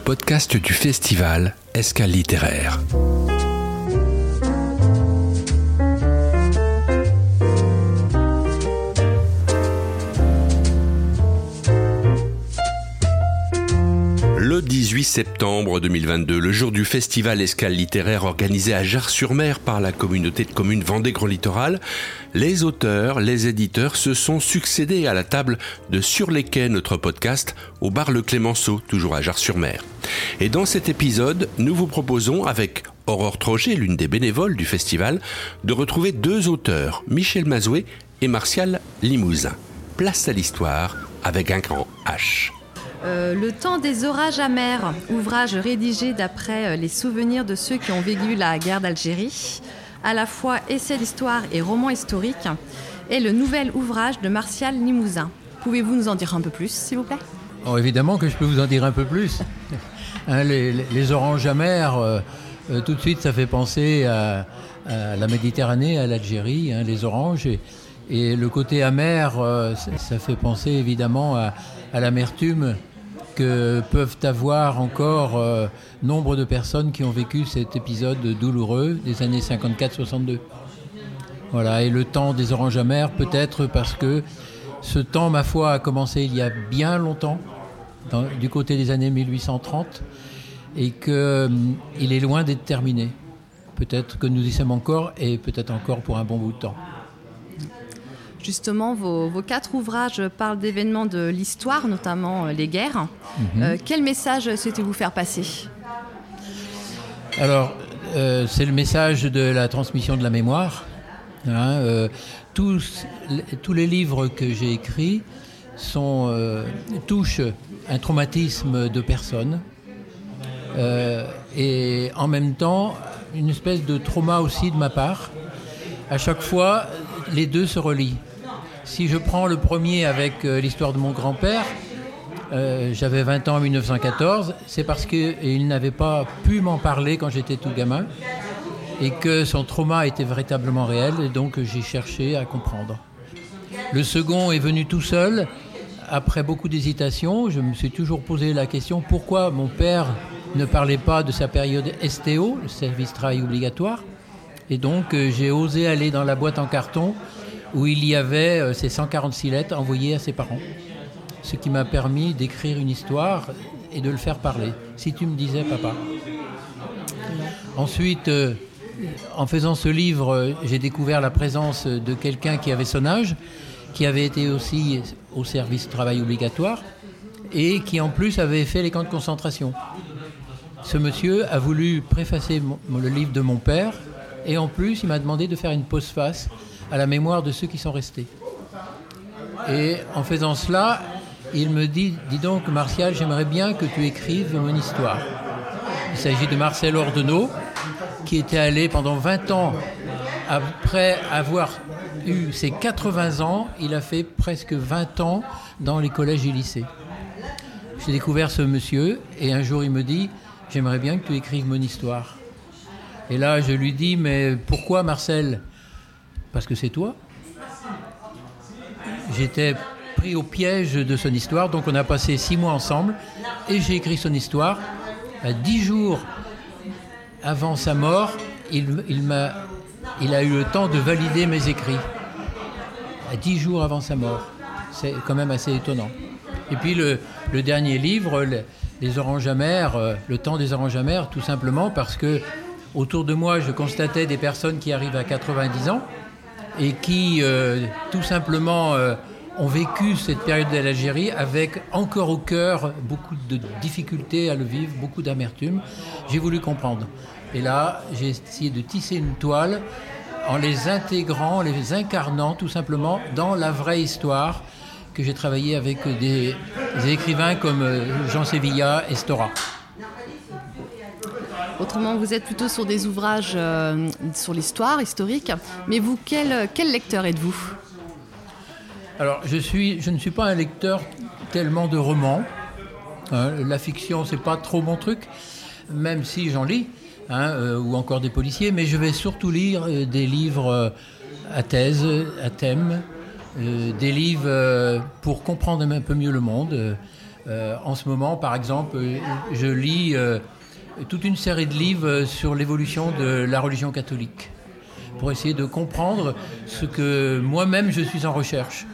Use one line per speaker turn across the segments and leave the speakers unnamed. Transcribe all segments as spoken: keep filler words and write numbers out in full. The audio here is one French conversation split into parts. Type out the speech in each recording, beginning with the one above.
podcast du festival Escale littéraire. Le dix-huit septembre deux mille vingt-deux, le jour du festival Escale littéraire organisé à Jars-sur-Mer par la communauté de communes Vendée Grand Littoral, les auteurs, les éditeurs se sont succédés à la table de Sur les quais, notre podcast, au bar Le Clémenceau, toujours à Jars-sur-Mer. Et dans cet épisode, nous vous proposons, avec Aurore Troget, l'une des bénévoles du festival, de retrouver deux auteurs, Michel Mazoué et Martial Limousin. Place à l'histoire avec un grand H.
Euh, Le temps des orages amers, ouvrage rédigé d'après euh, les souvenirs de ceux qui ont vécu la guerre d'Algérie, à la fois essai d'histoire et roman historique, est le nouvel ouvrage de Martial Limousin. Pouvez-vous nous en dire un peu plus, s'il vous plaît ?
Oh, évidemment que je peux vous en dire un peu plus. hein, les, les, les oranges amers, euh, euh, tout de suite, ça fait penser à, à la Méditerranée, à l'Algérie, hein, les oranges. Et, et le côté amer, euh, ça, ça fait penser évidemment à, à l'amertume que peuvent avoir encore euh, nombre de personnes qui ont vécu cet épisode douloureux des années cinquante-quatre soixante-deux. Voilà, et le temps des oranges amers, peut-être parce que ce temps, ma foi, a commencé il y a bien longtemps, dans, du côté des années mille huit cent trente, et qu'il euh, est loin d'être terminé. Peut-être que nous y sommes encore, et peut-être encore pour un bon bout de temps.
Justement, vos, vos quatre ouvrages parlent d'événements de l'histoire, notamment euh, les guerres. Mm-hmm. Euh, quel message souhaitez-vous faire passer ?
Alors, euh, c'est le message de la transmission de la mémoire. Hein, euh, tous, tous les livres que j'ai écrits sont, euh, touchent un traumatisme de personnes euh, et en même temps une espèce de trauma aussi de ma part. À chaque fois, les deux se relient. Si je prends le premier avec euh, l'histoire de mon grand-père, euh, j'avais vingt ans en dix-neuf cent quatorze, c'est parce qu'il n'avait pas pu m'en parler quand j'étais tout gamin et que son trauma était véritablement réel, et donc j'ai cherché à comprendre. Le second est venu tout seul. Après beaucoup d'hésitation, je me suis toujours posé la question pourquoi mon père ne parlait pas de sa période S T O, le service travail obligatoire. Et donc euh, j'ai osé aller dans la boîte en carton où il y avait euh, ces cent quarante-six lettres envoyées à ses parents. Ce qui m'a permis d'écrire une histoire et de le faire parler. Si tu me disais, papa. Ensuite, euh, en faisant ce livre, euh, j'ai découvert la présence de quelqu'un qui avait son âge, qui avait été aussi au service travail obligatoire et qui en plus avait fait les camps de concentration. Ce monsieur a voulu préfacer mon, le livre de mon père. Et en plus, il m'a demandé de faire une postface à la mémoire de ceux qui sont restés. Et en faisant cela, il me dit « Dis donc, Martial, j'aimerais bien que tu écrives mon histoire. » Il s'agit de Marcel Ordenau, qui était allé pendant vingt ans, après avoir eu ses quatre-vingts ans, il a fait presque vingt ans dans les collèges et lycées. J'ai découvert ce monsieur, et un jour il me dit « J'aimerais bien que tu écrives mon histoire. » Et là, je lui dis, mais pourquoi Marcel ? Parce que c'est toi. J'étais pris au piège de son histoire, donc on a passé six mois ensemble, et j'ai écrit son histoire. À dix jours avant sa mort, il, il, m'a, il a eu le temps de valider mes écrits. À dix jours avant sa mort. C'est quand même assez étonnant. Et puis le, le dernier livre, le, Les oranges amères, euh, le temps des oranges amères, tout simplement parce que autour de moi, je constatais des personnes qui arrivent à quatre-vingt-dix ans et qui, euh, tout simplement, euh, ont vécu cette période de l'Algérie avec encore au cœur beaucoup de difficultés à le vivre, beaucoup d'amertume. J'ai voulu comprendre. Et là, j'ai essayé de tisser une toile en les intégrant, en les incarnant tout simplement dans la vraie histoire que j'ai travaillé avec des, des écrivains comme Jean Sévilla et Stora.
Autrement, vous êtes plutôt sur des ouvrages euh, sur l'histoire historique, mais vous, quel, quel lecteur êtes-vous ?
Alors, je, suis, je ne suis pas un lecteur tellement de romans. Hein, la fiction, c'est pas trop mon truc, même si j'en lis, hein, euh, ou encore des policiers, mais je vais surtout lire euh, des livres euh, à thèse, à thème, euh, des livres euh, pour comprendre un peu mieux le monde. Euh, Euh, en ce moment, par exemple, je lis euh, toute une série de livres sur l'évolution de la religion catholique, pour essayer de comprendre ce que moi-même je suis en recherche.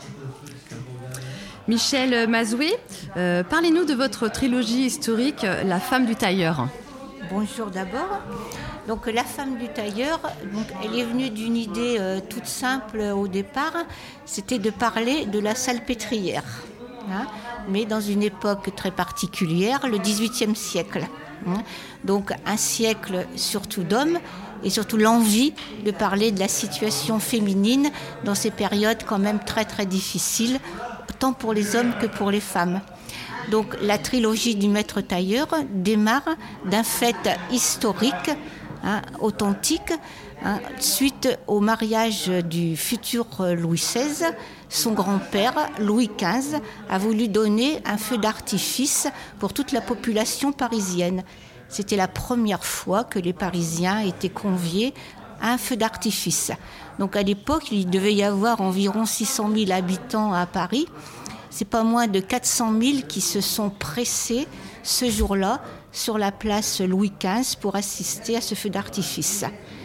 Michel Mazoué, euh, parlez-nous de votre trilogie historique La femme du tailleur.
Bonjour d'abord. Donc la femme du tailleur, donc, elle est venue d'une idée euh, toute simple au départ, c'était de parler de la salpêtrière, hein, mais dans une époque très particulière, le dix-huitième siècle. Hein, donc un siècle surtout d'hommes et surtout l'envie de parler de la situation féminine dans ces périodes quand même très très difficiles, tant pour les hommes que pour les femmes. Donc la trilogie du maître tailleur démarre d'un fait historique, hein, authentique, hein, suite au mariage du futur Louis seize. Son grand-père, Louis quinze, a voulu donner un feu d'artifice pour toute la population parisienne. C'était la première fois que les Parisiens étaient conviés à un feu d'artifice. Donc à l'époque, il devait y avoir environ six cent mille habitants à Paris. C'est pas moins de quatre cent mille qui se sont pressés ce jour-là sur la place Louis quinze pour assister à ce feu d'artifice.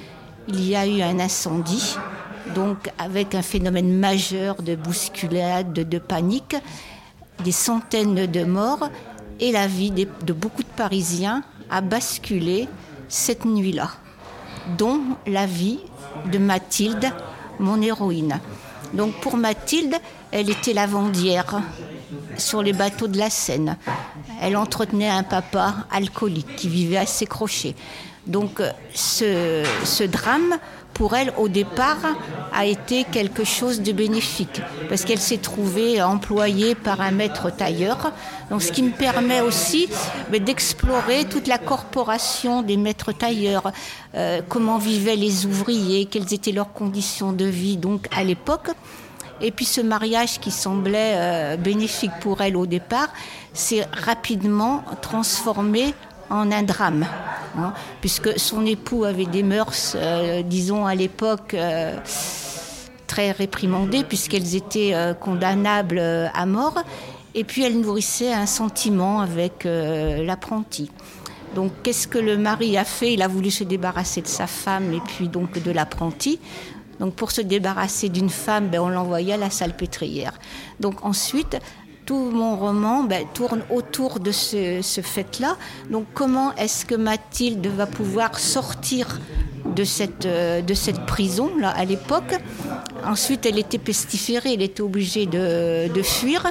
Il y a eu un incendie, donc avec un phénomène majeur de bousculade, de panique, des centaines de morts, et la vie de beaucoup de Parisiens a basculé cette nuit-là, dont la vie de Mathilde, mon héroïne. Donc pour Mathilde, elle était lavandière sur les bateaux de la Seine. Elle entretenait un papa alcoolique qui vivait à ses crochets. Donc ce, ce drame, pour elle, au départ, a été quelque chose de bénéfique, parce qu'elle s'est trouvée employée par un maître tailleur. Donc, ce qui me permet aussi mais, d'explorer toute la corporation des maîtres tailleurs, euh, comment vivaient les ouvriers, quelles étaient leurs conditions de vie donc, à l'époque. Et puis ce mariage qui semblait euh, bénéfique pour elle au départ s'est rapidement transformé en un drame, hein, puisque son époux avait des mœurs, euh, disons à l'époque, euh, très réprimandées, puisqu'elles étaient euh, condamnables euh, à mort, et puis elle nourrissait un sentiment avec euh, l'apprenti. Donc qu'est-ce que le mari a fait ? Il a voulu se débarrasser de sa femme et puis donc de l'apprenti. Donc pour se débarrasser d'une femme, ben, on l'envoyait à la salpêtrière. Donc ensuite, tout mon roman ben, tourne autour de ce, ce fait-là. Donc comment est-ce que Mathilde va pouvoir sortir de cette, euh, de cette prison là, à l'époque ? Ensuite, elle était pestiférée, elle était obligée de, de fuir.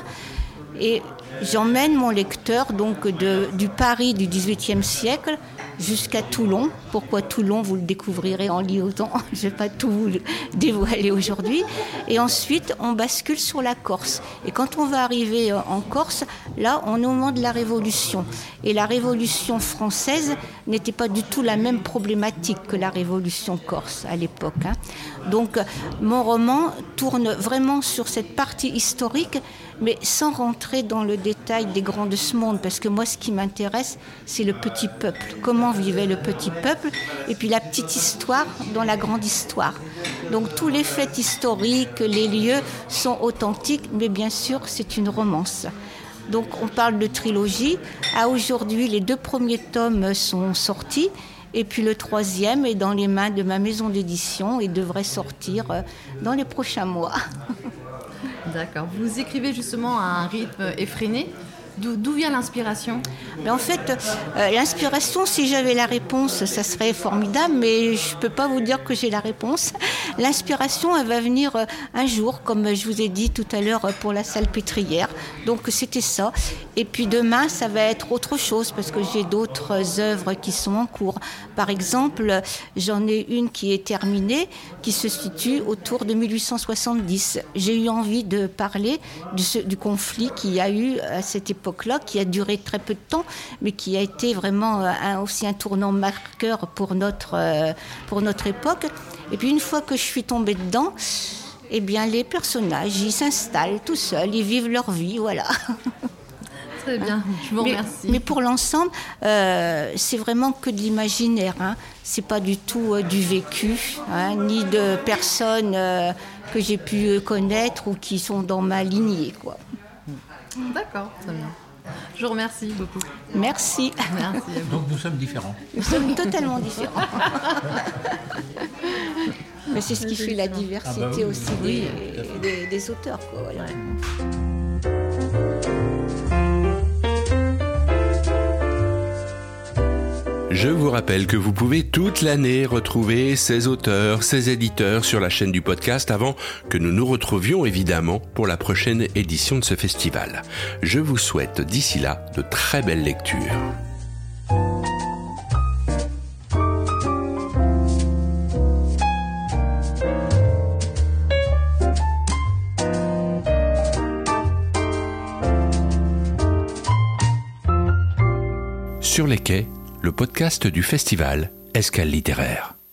Et j'emmène mon lecteur donc de, du Paris du dix-huitième siècle jusqu'à Toulon. Pourquoi Toulon ? Vous le découvrirez en lisant. Je ne vais pas tout vous dévoiler aujourd'hui. Et ensuite, on bascule sur la Corse. Et quand on va arriver en Corse, là, on est au moment de la Révolution. Et la Révolution française n'était pas du tout la même problématique que la Révolution corse à l'époque. Hein. Donc, mon roman tourne vraiment sur cette partie historique, mais sans rentrer dans le détail des grands de ce monde, parce que moi, ce qui m'intéresse, c'est le petit peuple. Comment vivait le petit peuple, et puis la petite histoire dans la grande histoire. Donc, tous les faits historiques, les lieux sont authentiques, mais bien sûr, c'est une romance. Donc, on parle de trilogie. À aujourd'hui, les deux premiers tomes sont sortis, et puis le troisième est dans les mains de ma maison d'édition et devrait sortir dans les prochains mois.
D'accord. Vous écrivez justement à un rythme effréné. D'où, d'où vient l'inspiration ?
Mais en fait, euh, l'inspiration, si j'avais la réponse, ça serait formidable, mais je ne peux pas vous dire que j'ai la réponse. L'inspiration, elle va venir euh, un jour, comme je vous ai dit tout à l'heure, pour la salpêtrière. Donc c'était ça. Et puis demain, ça va être autre chose, parce que j'ai d'autres œuvres qui sont en cours. Par exemple, j'en ai une qui est terminée, qui se situe autour de mille huit cent soixante-dix. J'ai eu envie de parler du, du conflit qu'il y a eu à cette époque. époque-là, qui a duré très peu de temps, mais qui a été vraiment un, aussi un tournant marqueur pour notre, euh, pour notre époque. Et puis une fois que je suis tombée dedans, eh bien les personnages, ils s'installent tout seuls, ils vivent leur vie, voilà.
Très bien, je vous remercie.
Mais, mais pour l'ensemble, euh, c'est vraiment que de l'imaginaire, hein. C'est pas du tout euh, du vécu, hein, ni de personnes euh, que j'ai pu connaître ou qui sont dans ma lignée, quoi.
D'accord, très bien. Je vous remercie beaucoup.
Merci.
Merci à vous.
Donc nous sommes différents.
Nous sommes totalement différents. Mais c'est ce qui fait la diversité
Ah bah oui,
aussi
oui,
des, des, des auteurs, quoi, voilà.
Ouais.
Je vous rappelle que vous pouvez toute l'année retrouver ces auteurs, ces éditeurs sur la chaîne du podcast avant que nous nous retrouvions évidemment pour la prochaine édition de ce festival. Je vous souhaite d'ici là de très belles lectures. Sur les quais, le podcast du festival Escale littéraire.